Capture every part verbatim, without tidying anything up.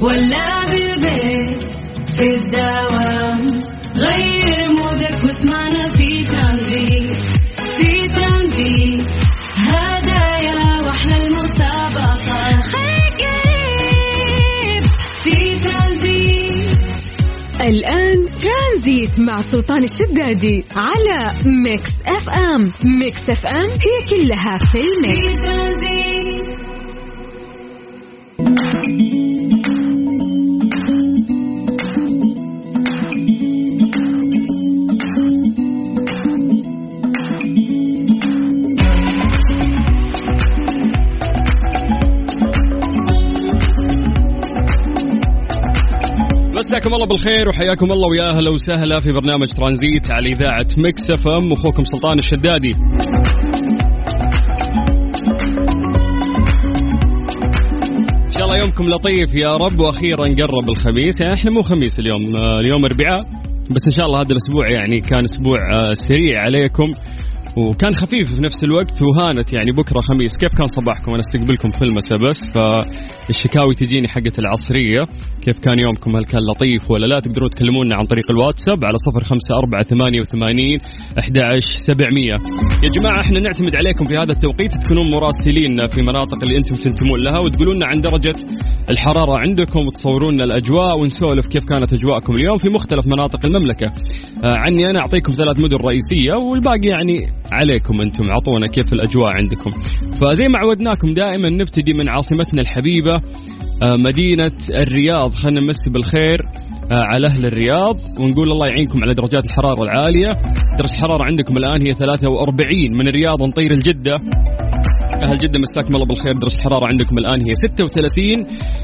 ولا بالبيت في الدوام، غير مودك واسمعنا في ترانزيت. في ترانزيت هدايا واحلى المسابقة، خليك قريب في ترانزيت. الآن ترانزيت مع سلطان الشدادي على ميكس اف ام. ميكس اف ام هي كلها في الميكس. في ترانزيت. مساكم الله بالخير وحياكم الله ويا أهلا وسهلا في برنامج ترانزيت على إذاعة ميكس اف ام. أخوكم سلطان الشدادي. إن شاء الله يومكم لطيف يا رب، وأخيرا قرب الخميس. يعني إحنا مو خميس اليوم، اليوم أربعاء، بس إن شاء الله هذا الأسبوع يعني كان أسبوع سريع عليكم وكان خفيف في نفس الوقت وهانت. يعني بكرة خميس، كيف كان صباحكم؟ أنا استقبلكم في المساء بس، فالشكاوي تجيني حقة العصرية. كيف كان يومكم؟ هل كان لطيف ولا لا؟ تقدرون تكلمونا عن طريق الواتساب على صفر خمسة أربعة ثمانية وثمانين أحد عشر سبعمية. يا جماعة احنا نعتمد عليكم في هذا التوقيت تكونون مراسلين في مناطق اللي انتم تنتمون لها، وتقولون عن درجة الحرارة عندكم وتصورون الأجواء، ونسولف كيف كانت أجواءكم اليوم في مختلف مناطق المملكة. آه عني أنا أعطيكم ثلاث مدن رئيسية والباقي يعني عليكم أنتم، عطونا كيف الأجواء عندكم. فزي ما عودناكم دائما نبتدي من عاصمتنا الحبيبة مدينة الرياض. خلنا نمسي بالخير على أهل الرياض ونقول الله يعينكم على درجات الحرارة العالية. درجة الحرارة عندكم الآن هي ثلاثة وأربعين. من الرياض نطير الجدة. أهل جدة مساكم الله بالخير، درجة الحرارة عندكم الآن هي ستة وثلاثين،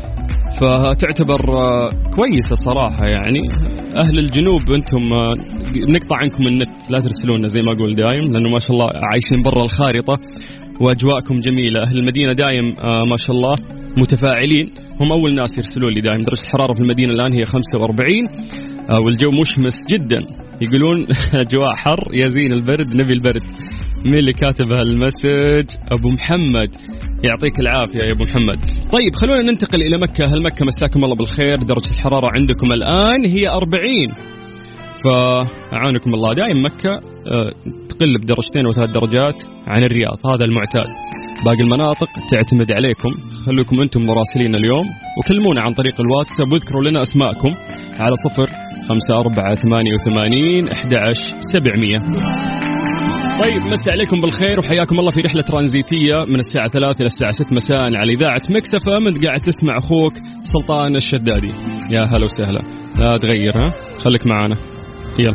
فتعتبر كويسة صراحة. يعني أهل الجنوب أنتم نقطع عنكم النت، لا ترسلونا زي ما أقول دايم، لأنه ما شاء الله عايشين برا الخارطة وأجواءكم جميلة. أهل المدينة دايم ما شاء الله متفاعلين، هم أول ناس يرسلون لي دايم. درجة الحرارة في المدينة الآن هي خمسة وأربعين والجو مشمس جدا. يقولون أجواء حر يا زين البرد نبي البرد. مين اللي كاتب هالمسج؟ أبو محمد، يعطيك العافية يا أبو محمد. طيب خلونا ننتقل إلى مكة. هل مكة مساكم الله بالخير، درجة الحرارة عندكم الآن هي أربعين، فأعانكم الله. دائما مكة تقل بدرجتين وثلاث درجات عن الرياض، هذا المعتاد. باقي المناطق تعتمد عليكم. خلوكم أنتم مراسلين اليوم وكلمونا عن طريق الواتساب واذكروا لنا أسماءكم على صفر خمسة أربعة ثمانية وثمانين أحد عشر سبعمية. طيب مسا عليكم بالخير وحياكم الله في رحلة ترانزيتية من الساعة ثلاثة إلى الساعة ستة مساء على إذاعة ميكس اف ام. أنت قاعد تسمع أخوك سلطان الشدادي. يا هلا وسهلا، لا تغير ها، خليك معانا يلا.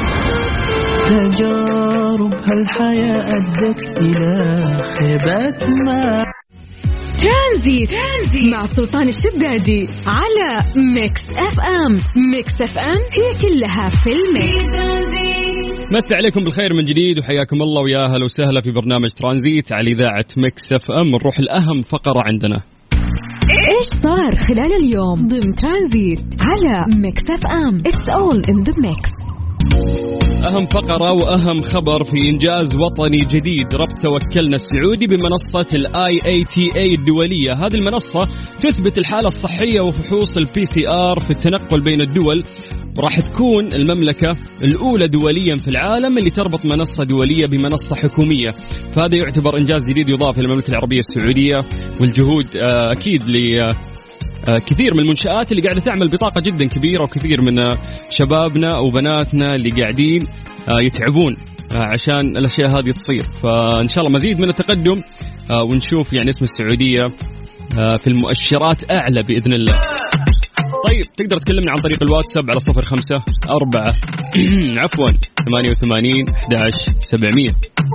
تجارب هالحياة أدت إلى خيبات ما. ترانزيت مع سلطان الشدادي على ميكس اف ام. ميكس اف ام هي كلها في الميكس. مسا عليكم بالخير من جديد وحياكم الله ويا اهلا وسهلا في برنامج ترانزيت على إذاعة ميكس اف ام. نروح الأهم فقرة عندنا، ايش صار خلال اليوم ضمن ترانزيت على ميكس اف ام. It's all in the mix. أهم فقرة وأهم خبر في إنجاز وطني جديد، ربط توكلنا السعودي بمنصة الاي اي تي اي الدولية. هذه المنصة تثبت الحالة الصحية وفحوص البي سي ار في التنقل بين الدول، وراح تكون المملكة الأولى دوليا في العالم اللي تربط منصة دولية بمنصة حكومية. فهذا يعتبر إنجاز جديد يضاف إلى المملكة العربية السعودية، والجهود أكيد ل كثير من المنشآت اللي قاعدة تعمل بطاقة جدا كبيرة، وكثير من شبابنا وبناتنا اللي قاعدين يتعبون عشان الأشياء هذه تصير. فإن شاء الله مزيد من التقدم ونشوف يعني اسم السعودية في المؤشرات أعلى بإذن الله. طيب تقدر تكلمنا عن طريق الواتساب على صفر خمسة أربعة عفوا ثمانية وثمانين أحد عشر سبعمية.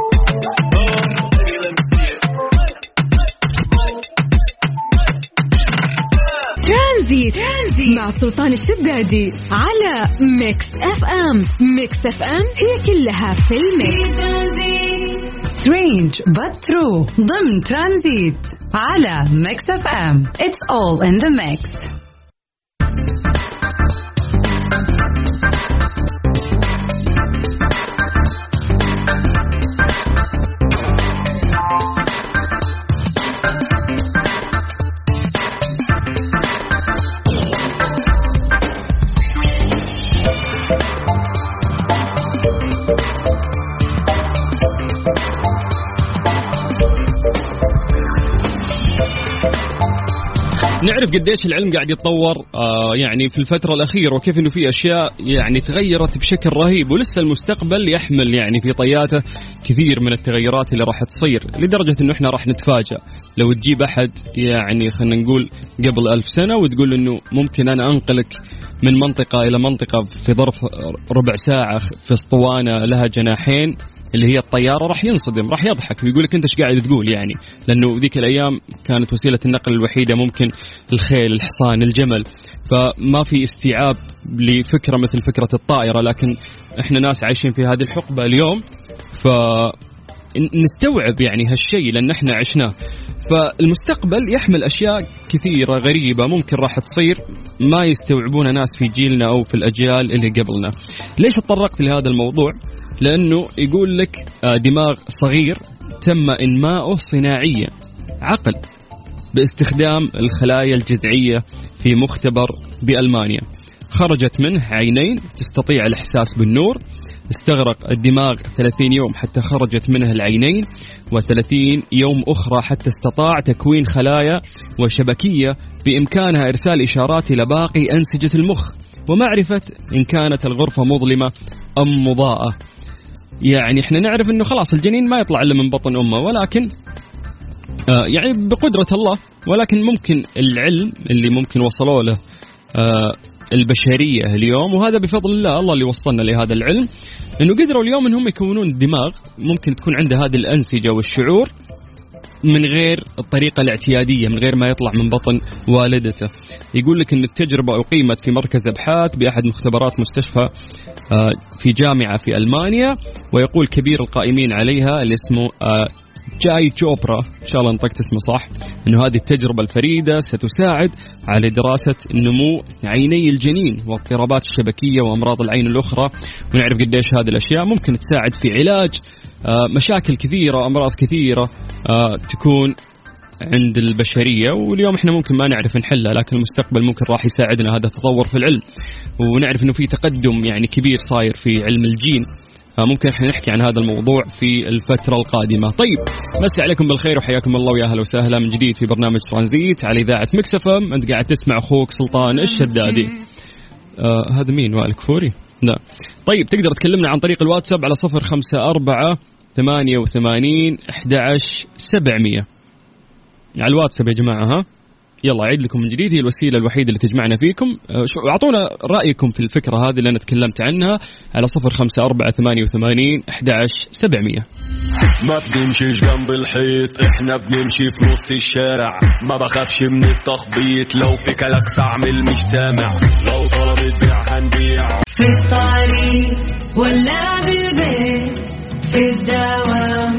ترانزيت مع سلطان الشدادي على ميكس اف ام. ميكس اف ام هي كلها في الميكس. Strange but true ضمن ترانزيت على ميكس اف ام. It's all in the mix. نعرف قديش العلم قاعد يتطور آه يعني في الفترة الأخيرة، وكيف إنه في أشياء يعني تغيرت بشكل رهيب، ولسه المستقبل يحمل يعني في طياته كثير من التغيرات اللي راح تصير، لدرجة إنه إحنا راح نتفاجأ لو تجيب أحد يعني خلينا نقول قبل ألف سنة وتقول إنه ممكن أنا أنقلك من منطقة إلى منطقة في ظرف ربع ساعة في اسطوانة لها جناحين اللي هي الطيارة، راح ينصدم، راح يضحك ويقول لك أنت إيش قاعد تقول يعني، لأنه ذيك الأيام كانت وسيلة النقل الوحيدة ممكن الخيل، الحصان، الجمل، فما في استيعاب لفكرة مثل فكرة الطائرة. لكن إحنا ناس عايشين في هذه الحقبة اليوم، فنستوعب يعني هالشيء لأن إحنا عشناه. فالمستقبل يحمل أشياء كثيرة غريبة ممكن راح تصير ما يستوعبونها ناس في جيلنا أو في الأجيال اللي قبلنا. ليش تطرقت لهذا الموضوع؟ لأنه يقول لك دماغ صغير تم إنماؤه صناعيا، عقل باستخدام الخلايا الجذعية في مختبر بألمانيا، خرجت منه عينين تستطيع الإحساس بالنور، استغرق الدماغ ثلاثين يوم حتى خرجت منه العينين، وثلاثين يوم أخرى حتى استطاع تكوين خلايا وشبكية بإمكانها إرسال إشارات إلى باقي أنسجة المخ ومعرفة إن كانت الغرفة مظلمة أم مضاءة. يعني إحنا نعرف إنه خلاص الجنين ما يطلع إلا من بطن أمه، ولكن آه يعني بقدرة الله، ولكن ممكن العلم اللي ممكن وصلوا له آه البشرية اليوم، وهذا بفضل الله، الله اللي وصلنا لهذا العلم، إنه قدروا اليوم إنهم يكونون الدماغ ممكن تكون عنده هذه الأنسجة والشعور من غير الطريقة الاعتيادية، من غير ما يطلع من بطن والدته. يقول لك إن التجربة أقيمت في مركز أبحاث بأحد مختبرات مستشفى في جامعة في ألمانيا، ويقول كبير القائمين عليها اللي اسمه جاي جوبرا، إن شاء الله نطقت اسمه صح، إنه هذه التجربة الفريدة ستساعد على دراسة نمو عيني الجنين واضطرابات الشبكية وأمراض العين الأخرى، ونعرف قديش هذه الأشياء ممكن تساعد في علاج مشاكل كثيرة، أمراض كثيرة تكون عند البشرية، واليوم احنا ممكن ما نعرف نحلها، لكن المستقبل ممكن راح يساعدنا. هذا تطور في العلم، ونعرف انه في تقدم يعني كبير صاير في علم الجين، ممكن احنا نحكي عن هذا الموضوع في الفترة القادمة. طيب، مسي عليكم بالخير وحياكم الله ويا اهلا وسهلا من جديد في برنامج ترانزيت على إذاعة ميكس إف إم. انت قاعد تسمع اخوك سلطان الشدادي. آه هذا مين؟ وائل كفوري؟ لا. طيب، تقدر تكلمنا عن طريق الواتساب على صفر خمسة أربعة ثمانية وثمانين أحد عشر سبعمية على الواتساب يا جماعة. ها يلا أعيد لكم من جديد، هي الوسيلة الوحيدة اللي تجمعنا فيكم. أعطونا رأيكم في الفكرة هذه اللي أنا تكلمت عنها على صفر خمسة أربعة ثمانية وثمانين أحد عشر سبعمية. ما بنمشيش جنب الحيط، إحنا بنمشي في نص الشارع، ما بخافش من التخبيط، لو في كلاكس أعمل مش سامع، لو طلبت بيع هنبيع، في الطريق ولا بالبيت، في الدوام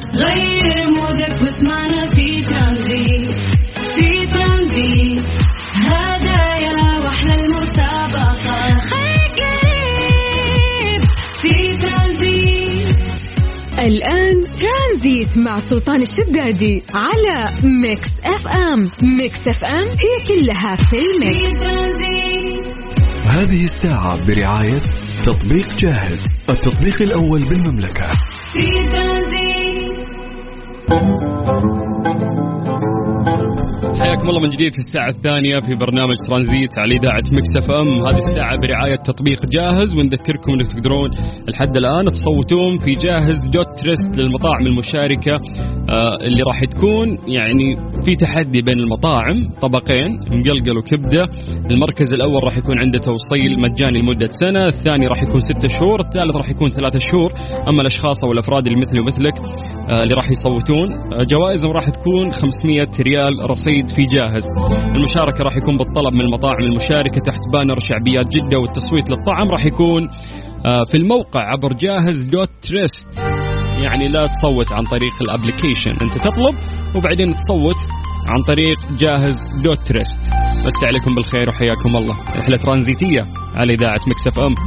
غير مودك واسمعنا في ترانزيت، في ترانزيت هدايا واحلى المسابقة، خير قريب في ترانزيت. الآن ترانزيت مع سلطان الشدادي على ميكس إف إم. ميكس إف إم هي كلها في الميكس. هذه الساعة برعاية تطبيق جاهز، التطبيق الأول بالمملكة. في ترانزيت. حياكم الله من جديد في الساعة الثانية في برنامج ترانزيت على إذاعة ميكس إف إم. هذه الساعة برعاية تطبيق جاهز، ونذكركم أنك تقدرون لحد الآن تصوتون في جاهز دوت تريست للمطاعم المشاركة آه اللي راح تكون يعني في تحدي بين المطاعم، طبقين مقلقل وكبدة. المركز الأول راح يكون عنده توصيل مجاني لمدة سنة، الثاني راح يكون ستة شهور، الثالث راح يكون ثلاثة شهور. أما الأشخاص أو الأفراد اللي مثلي ومثلك آه اللي راح يصوتون آه جوائزهم راح تكون خمسمية ريال رصيد في جاهز. المشاركة راح يكون بالطلب من المطاعم المشاركة تحت بانر شعبيات جدة، والتصويت للطعم راح يكون في الموقع عبر جاهز دوت تريست. يعني لا تصوت عن طريق الابليكيشن، انت تطلب وبعدين تصوت عن طريق جاهز دوت تريست. بس عليكم بالخير وحياكم الله. رحلة ترانزيتية على إذاعة ميكس إف إم.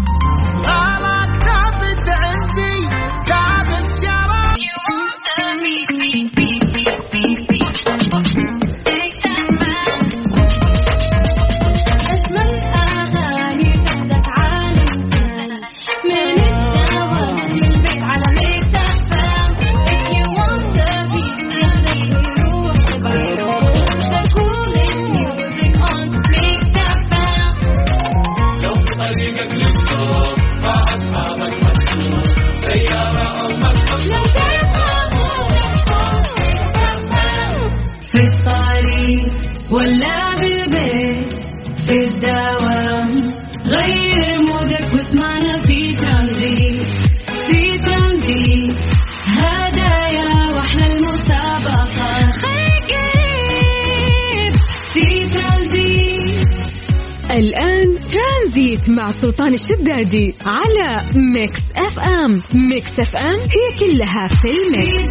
الآن ترانزيت مع سلطان الشدادي على ميكس اف ام. ميكس اف ام هي كلها في الميكس.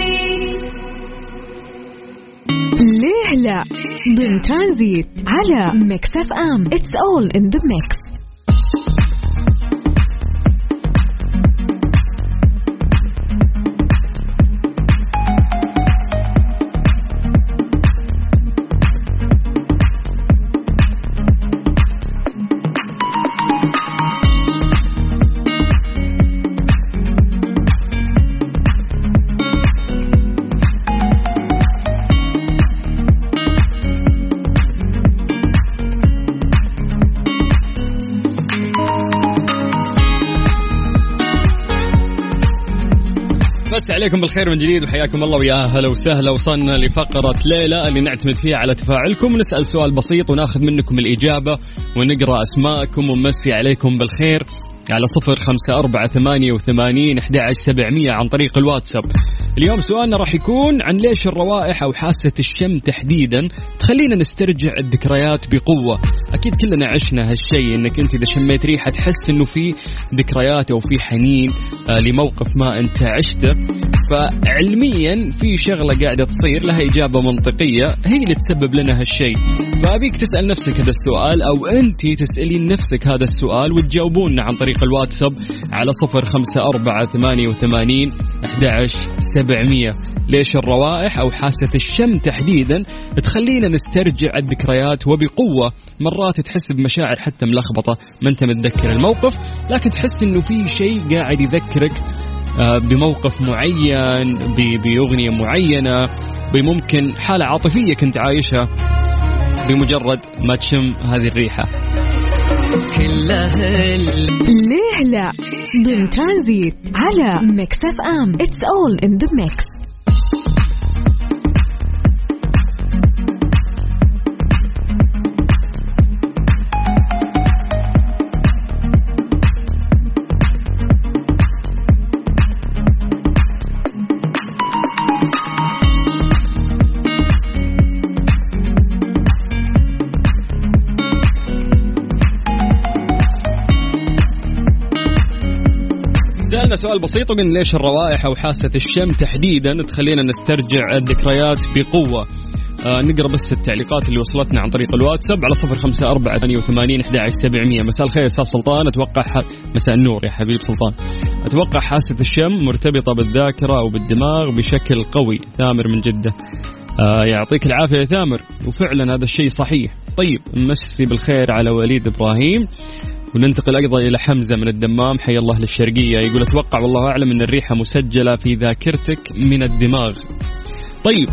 ليه لا ضمن ترانزيت على ميكس اف ام. It's all in the mix. بس عليكم بالخير من جديد وحياكم الله ويا هلا وسهلا. وصلنا لفقرة ليلة اللي نعتمد فيها على تفاعلكم ونسأل سؤال بسيط وناخذ منكم الإجابة ونقرأ أسماءكم ونمسي عليكم بالخير على صفر خمسة أربعة ثمانية وثمانين أحد عشر سبعمية عن طريق الواتساب. اليوم سؤالنا راح يكون عن ليش الروائح أو حاسة الشم تحديدا تخلينا نسترجع الذكريات بقوة. أكيد كلنا عشنا هالشيء، إنك أنت إذا شميت ريحة تحس إنه في ذكريات أو في حنين آه لموقف ما أنت عشته. فعلميا في شغلة قاعدة تصير لها إجابة منطقية هي اللي تسبب لنا هالشيء. فأبيك تسأل نفسك هذا السؤال أو أنت تسألين نفسك هذا السؤال وتجاوبوننا عن طريق الواتساب على صفر خمسة أربعة ثمانية وثمانين أحد عشر سبعمية. ليش الروائح أو حاسة الشم تحديدا تخلينا نسترجع الذكريات وبقوة؟ مرات تحس بمشاعر حتى ملخبطة، ما أنت متذكر الموقف لكن تحس إنه في شيء قاعد يذكرك بموقف معين، بأغنية معينة، بممكن حالة عاطفية كنت عايشها بمجرد ما تشم هذه الريحة. ليه لا ضمن ترانزيت على ميكس اف ام. It's all in the mix. سألنا سؤال بسيط وقلنا ليش الروائح أو حاسة الشم تحديدا تخلينا نسترجع الذكريات بقوة. آه نقرأ بس التعليقات اللي وصلتنا عن طريق الواتساب على صفر خمسة أربعة ثمانية وثمانين أحد عشر سبعمية. مساء الخير أستاذ سلطان. أتوقع ح... مساء النور يا حبيب سلطان. أتوقع حاسة الشم مرتبطة بالذاكرة أو بالدماغ بشكل قوي. ثامر من جدة. آه يعطيك العافية يا ثامر، وفعلا هذا الشيء صحيح. طيب نمسي بالخير على وليد إبراهيم وننتقل أيضا إلى حمزة من الدمام. حي الله للشرقية. يقول أتوقع والله أعلم أن الريحة مسجلة في ذاكرتك من الدماغ. طيب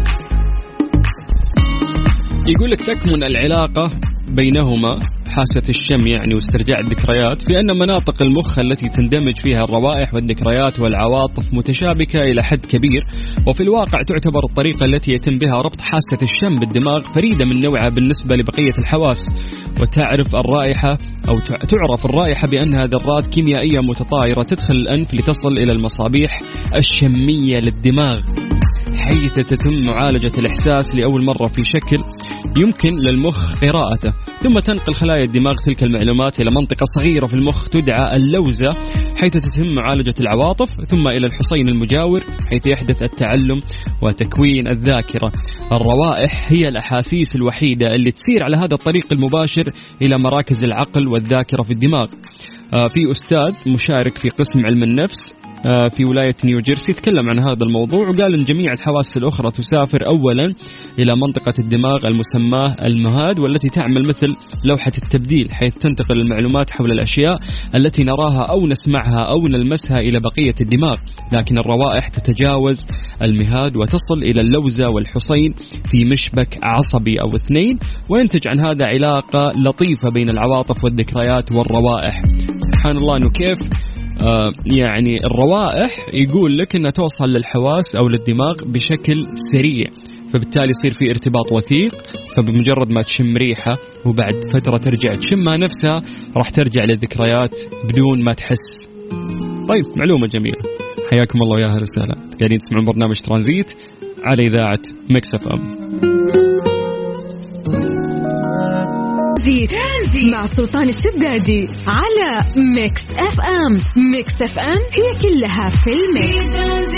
يقول لك تكمن العلاقة بينهما حاسة الشم يعني واسترجاع الذكريات في أن مناطق المخ التي تندمج فيها الروائح والذكريات والعواطف متشابكة إلى حد كبير. وفي الواقع تعتبر الطريقة التي يتم بها ربط حاسة الشم بالدماغ فريدة من نوعها بالنسبة لبقية الحواس. وتعرف الرائحة أو تعرف الرائحة بأنها ذرات كيميائية متطايرة تدخل الأنف لتصل إلى المصابيح الشمية للدماغ، حيث تتم معالجة الإحساس لأول مرة في شكل يمكن للمخ قراءته، ثم تنقل خلايا الدماغ تلك المعلومات إلى منطقة صغيرة في المخ تدعى اللوزة، حيث تتم معالجة العواطف، ثم إلى الحصين المجاور حيث يحدث التعلم وتكوين الذاكرة. الروائح هي الأحاسيس الوحيدة اللي تسير على هذا الطريق المباشر إلى مراكز العقل والذاكرة في الدماغ. في أستاذ مشارك في قسم علم النفس في ولاية نيوجيرسي تكلم عن هذا الموضوع وقال إن جميع الحواس الأخرى تسافر أولا إلى منطقة الدماغ المسماه المهاد، والتي تعمل مثل لوحة التبديل، حيث تنتقل المعلومات حول الأشياء التي نراها أو نسمعها أو نلمسها إلى بقية الدماغ. لكن الروائح تتجاوز المهاد وتصل إلى اللوزة والحصين في مشبك عصبي أو اثنين، وينتج عن هذا علاقة لطيفة بين العواطف والذكريات والروائح. سبحان الله إنه كيف آه يعني الروائح يقول لك أنها توصل للحواس أو للدماغ بشكل سريع، فبالتالي يصير في ارتباط وثيق. فبمجرد ما تشم ريحة وبعد فترة ترجع تشمها نفسها راح ترجع للذكريات بدون ما تحس. طيب معلومة جميلة. حياكم الله ويا أهلا وسهلا. قاعدين تسمعون برنامج ترانزيت على إذاعة ميكس اف ام. ترانزيت مع سلطان الشدادي على ميكس اف ام. ميكس اف ام هي كلها في الميكس.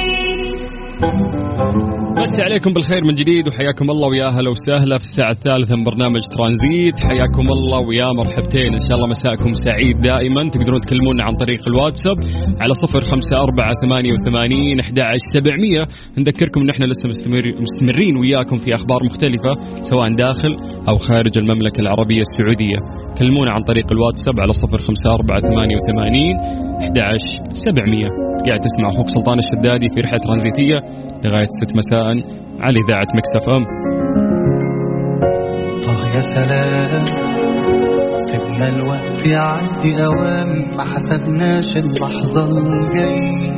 بس عليكم بالخير من جديد وحياكم الله ويا اهلا وسهلا في الساعة الثالثة من برنامج ترانزيت. حياكم الله ويا مرحبتين، ان شاء الله مساءكم سعيد دائما. تقدرون تكلمونا عن طريق الواتساب على صفر خمسة أربعة ثمانية وثمانين أحد عشر سبعمية. نذكركم ان احنا لسه مستمر مستمرين وياكم في اخبار مختلفة سواء داخل او خارج المملكة العربية السعودية. كلمونا عن طريق الواتساب على صفر خمسة أربعة ثمانية وثمانين أحد عشر سبعمية. قاعد تسمع اخوك سلطان الشدادي في رحلة ترانزيتية لغاية ست مساء على إذاعة ميكس اف ام. آه يا سلام، سيبنا الوقت يعدي أوام ما حسبناش اللحظة الجاية.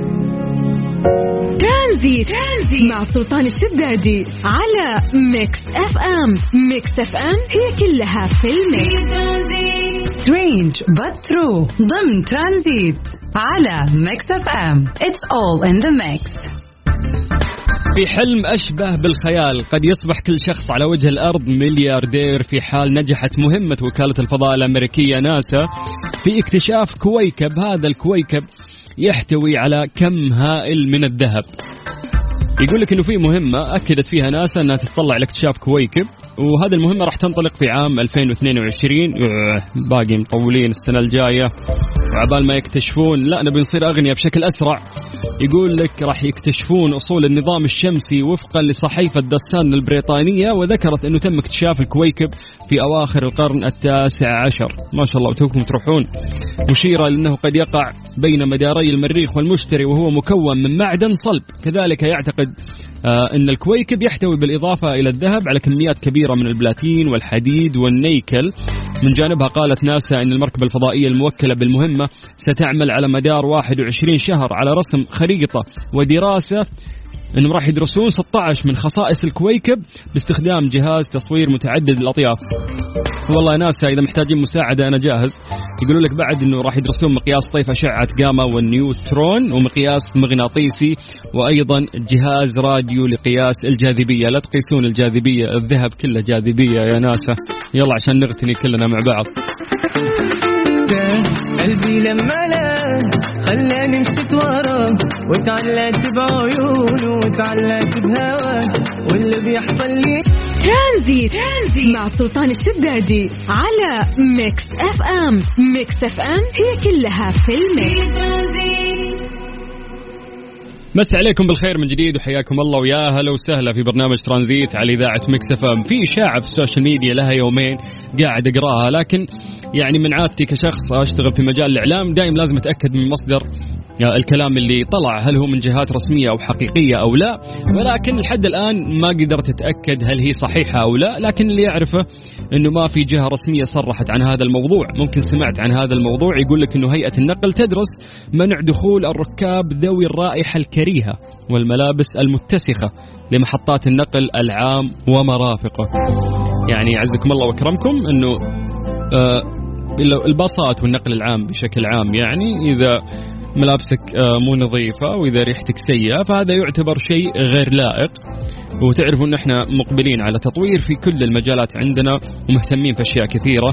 ترانزيت مع سلطان الشدادي على ميكس اف ام. ميكس اف ام هي كلها في الميكس. Strange but true ضمن ترانزيت على ميكس اف ام. It's all in the mix. في حلم أشبه بالخيال قد يصبح كل شخص على وجه الأرض ملياردير في حال نجحت مهمة وكالة الفضاء الأمريكية ناسا في اكتشاف كويكب. هذا الكويكب يحتوي على كم هائل من الذهب. يقول لك إنه في مهمة أكدت فيها ناسا أنها تتطلع لاكتشاف كويكب، وهذه المهمة راح تنطلق في عام ألفين واثنين وعشرين. باقي مطولين السنة الجاية وعبال ما يكتشفون، لا نبي نصير أغنياء بشكل أسرع. يقول لك راح يكتشفون أصول النظام الشمسي وفقا لصحيفة داستان البريطانية، وذكرت أنه تم اكتشاف الكويكب في أواخر القرن التاسع عشر. ما شاء الله وتوكم تروحون. مشيرة لأنه قد يقع بين مداري المريخ والمشتري وهو مكون من معدن صلب. كذلك يعتقد آه أن الكويكب يحتوي بالإضافة إلى الذهب على كميات كبيرة من البلاتين والحديد والنيكل. من جانبها قالت ناسا أن المركبة الفضائية الموكلة بالمهمة ستعمل على مدار واحد وعشرين شهر على رسم خريطة ودراسة. أنهم راح يدرسون ستة عشر من خصائص الكويكب باستخدام جهاز تصوير متعدد الأطياف. والله ناسا إذا محتاجين مساعدة أنا جاهز. يقولوا لك بعد أنه راح يدرسون مقياس طيف أشعة جاما والنيوترون ومقياس مغناطيسي وأيضا جهاز راديو لقياس الجاذبية. لا تقيسون الجاذبية، الذهب كله جاذبية يا ناسا. يلا عشان نغتني كلنا مع بعض. قلبي لما لا خلاني نسيت وراه وتعلقت بعيونه وتعلقت بهواه واللي بيحصل لي. ترانزيت مع سلطان الشدادي على ميكس اف ام. ميكس اف ام هي كلها في الميكس. مسا عليكم بالخير من جديد وحياكم الله ويا هلا وسهلا في برنامج ترانزيت على إذاعة ميكس اف ام. في إشاعة في السوشيال ميديا لها يومين قاعد أقراها، لكن يعني من عادتي كشخص أشتغل في مجال الإعلام دائم لازم أتأكد من مصدر الكلام اللي طلع هل هو من جهات رسمية أو حقيقية أو لا، ولكن لحد الآن ما قدرت أتأكد هل هي صحيحة أو لا. لكن اللي يعرفه أنه ما في جهة رسمية صرحت عن هذا الموضوع. ممكن سمعت عن هذا الموضوع، يقول لك أنه هيئة النقل تدرس منع دخول الركاب ذوي الرائحة الكريهة والملابس المتسخة لمحطات النقل العام ومرافقه. يعني يعزكم الله وكرمكم أنه آه الباصات والنقل العام بشكل عام، يعني إذا ملابسك مو نظيفة وإذا ريحتك سيئة فهذا يعتبر شيء غير لائق. وتعرفوا أن احنا مقبلين على تطوير في كل المجالات عندنا ومهتمين في أشياء كثيرة،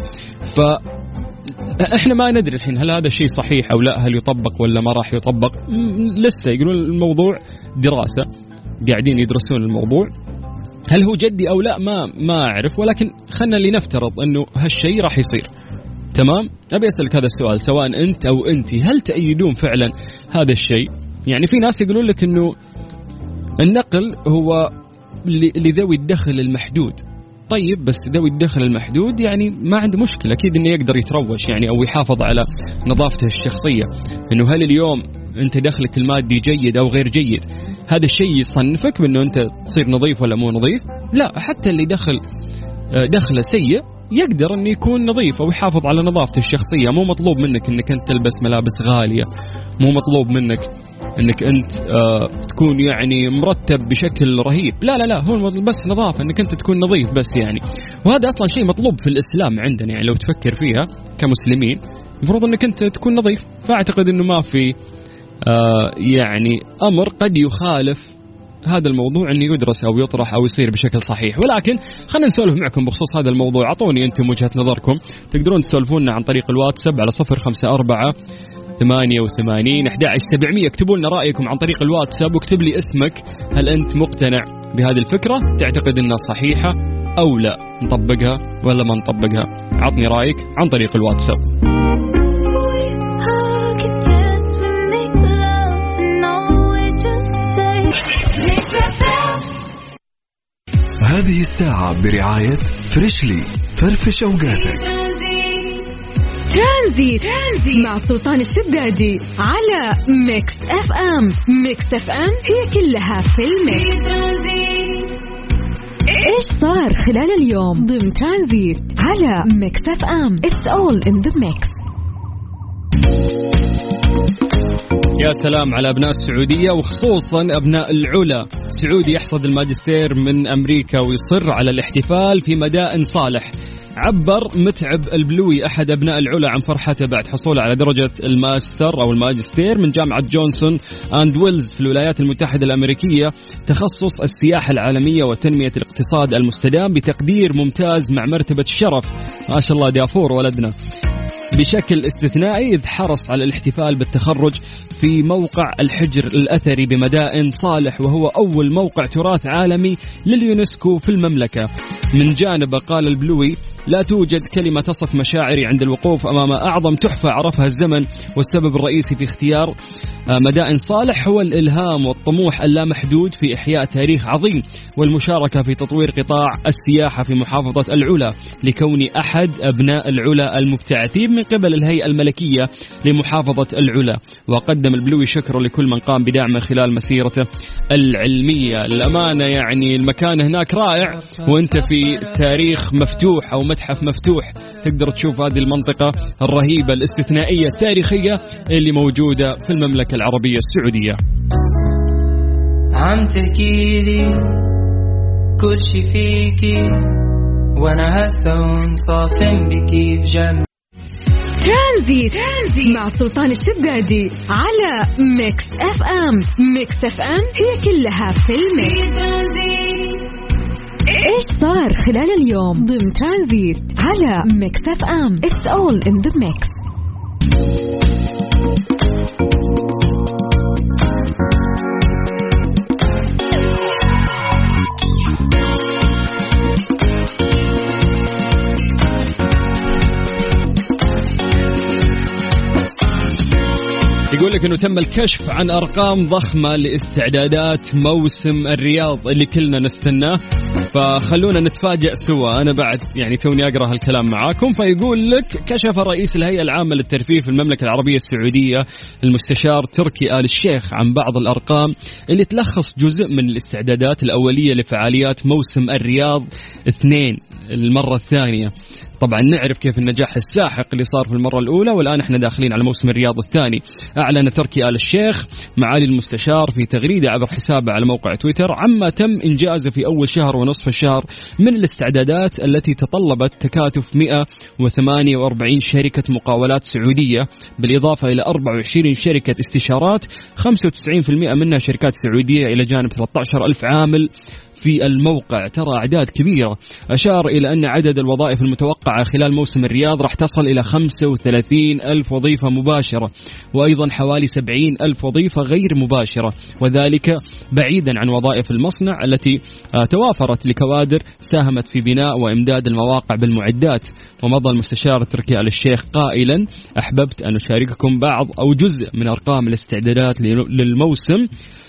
فإحنا ما ندري الحين هل هذا الشيء صحيح أو لا، هل يطبق ولا ما راح يطبق. لسه يقولون الموضوع دراسة، قاعدين يدرسون الموضوع. هل هو جدي أو لا ما ما أعرف، ولكن خلنا لنفترض أنه هالشيء راح يصير. تمام، أبي أسألك هذا السؤال سواء أنت أو أنتي، هل تأيدون فعلا هذا الشيء؟ يعني في ناس يقولون لك أنه النقل هو لذوي الدخل المحدود. طيب بس ذوي الدخل المحدود يعني ما عنده مشكلة، أكيد أنه يقدر يتروش يعني أو يحافظ على نظافته الشخصية. أنه هل اليوم أنت دخلك المادي جيد أو غير جيد هذا الشيء يصنفك بأنه أنت تصير نظيف ولا مو نظيف؟ لا، حتى اللي دخل دخله سيء يقدر أن يكون نظيف أو يحافظ على نظافته الشخصية. مو مطلوب منك أنك أنت تلبس ملابس غالية، مو مطلوب منك أنك أنت آه تكون يعني مرتب بشكل رهيب. لا لا لا، هو بس نظافة، أنك أنت تكون نظيف بس يعني. وهذا أصلا شيء مطلوب في الإسلام عندنا، يعني لو تفكر فيها كمسلمين المفروض أنك أنت تكون نظيف. فأعتقد أنه ما في آه يعني أمر قد يخالف هذا الموضوع أن يدرس أو يطرح أو يصير بشكل صحيح. ولكن خلينا نسولف معكم بخصوص هذا الموضوع. أعطوني أنتم وجهة نظركم، تقدرون تسولفونا عن طريق الواتساب على صفر خمسة أربعة ثمانية وثمانين أحد عشر سبعمية. اكتبوا لنا رأيكم عن طريق الواتساب واكتب لي اسمك. هل أنت مقتنع بهذه الفكرة؟ تعتقد أنها صحيحة أو لا؟ نطبقها ولا ما نطبقها؟ عطني رأيك عن طريق الواتساب. هذه الساعة برعاية فريشلي، فرفش أوقاتك. ترانزيت مع سلطان الشدادي على ميكس اف ام. ميكس اف ام هي كلها في الميكس. ايش صار خلال اليوم ضمن ترانزيت على ميكس اف ام. It's all in the mix. يا سلام على أبناء السعودية وخصوصا أبناء العلا. سعودي يحصد الماجستير من أمريكا ويصر على الاحتفال في مدائن صالح. عبر متعب البلوي أحد أبناء العلا عن فرحته بعد حصوله على درجة الماستر أو الماجستير من جامعة جونسون أند ويلز في الولايات المتحدة الأمريكية، تخصص السياحة العالمية وتنمية الاقتصاد المستدام، بتقدير ممتاز مع مرتبة الشرف. ما شاء الله دافور ولدنا. بشكل استثنائي إذ حرص على الاحتفال بالتخرج في موقع الحجر الأثري بمدائن صالح، وهو أول موقع تراث عالمي لليونسكو في المملكة. من جانبه قال البلوي: لا توجد كلمة تصف مشاعري عند الوقوف أمام أعظم تحفة عرفها الزمن، والسبب الرئيسي في اختيار مدائن صالح هو الإلهام والطموح اللامحدود في إحياء تاريخ عظيم والمشاركة في تطوير قطاع السياحة في محافظة العلا، لكوني أحد أبناء العلا المبتعثين من قبل الهيئة الملكية لمحافظة العلا. وقدم البلوي شكر لكل من قام بدعمه خلال مسيرته العلمية. الأمانة يعني المكان هناك رائع، وانت في تاريخ مفتوح أو متحف مفتوح تقدر تشوف هذه المنطقة الرهيبة الاستثنائية التاريخية اللي موجودة في المملكة العربية السعودية. عم تحكيلي كل شي فيكي وانا هسه صافن بكي بجنبي. ترانزيت مع سلطان الشدادي على ميكس اف ام. ميكس اف ام هي كلها في الميكس. ايش صار خلال اليوم ضمن ترانزيت على ميكس اف ام. It's all in the mix. يقول لك أنه تم الكشف عن أرقام ضخمة لاستعدادات موسم الرياض اللي كلنا نستناه، فخلونا نتفاجأ سوا. أنا بعد يعني توني أقرأ هالكلام معاكم. فيقول لك: كشف رئيس الهيئة العامة للترفيه في المملكة العربية السعودية المستشار تركي آل الشيخ عن بعض الأرقام اللي تلخص جزء من الاستعدادات الأولية لفعاليات موسم الرياض اثنين المرة الثانية. طبعا نعرف كيف النجاح الساحق اللي صار في المرة الأولى، والآن احنا داخلين على موسم الرياض الثاني. أعلن تركي آل الشيخ معالي المستشار في تغريدة عبر حسابه على موقع تويتر عما تم إنجازه في أول شهر ونصف الشهر من الاستعدادات التي تطلبت تكاتف مئة وثمانية وأربعين شركة مقاولات سعودية، بالإضافة إلى أربعة وعشرين شركة استشارات، خمسة وتسعين بالمئة منها شركات سعودية، إلى جانب ثلاثة عشر ألف عامل في الموقع. ترى أعداد كبيرة. أشار إلى أن عدد الوظائف المتوقعة خلال موسم الرياض راح تصل إلى خمسة وثلاثين ألف وظيفة مباشرة، وأيضا حوالي سبعين ألف وظيفة غير مباشرة، وذلك بعيدا عن وظائف المصنع التي توافرت لكوادر ساهمت في بناء وإمداد المواقع بالمعدات. ومضى المستشار تركي آل الشيخ قائلا: أحببت أن أشارككم بعض أو جزء من أرقام الاستعدادات للموسم،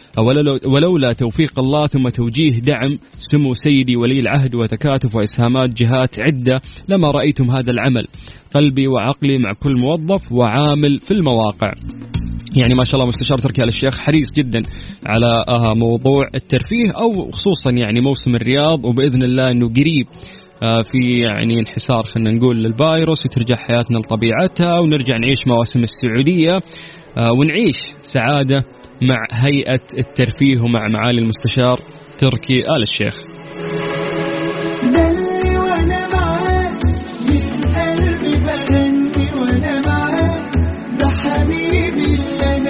ولولا توفيق الله ثم توجيه دعم سمو سيدي ولي العهد وتكاتف وإسهامات جهات عدة لما رأيتم هذا العمل. قلبي وعقلي مع كل موظف وعامل في المواقع. يعني ما شاء الله مستشار تركي آل الشيخ حريص جدا على موضوع الترفيه، أو خصوصا يعني موسم الرياض، وبإذن الله أنه قريب في يعني انحسار خلينا نقول للفيروس، وترجع حياتنا لطبيعتها ونرجع نعيش مواسم السعودية ونعيش سعادة مع هيئة الترفيه ومع معالي المستشار تركي آل الشيخ.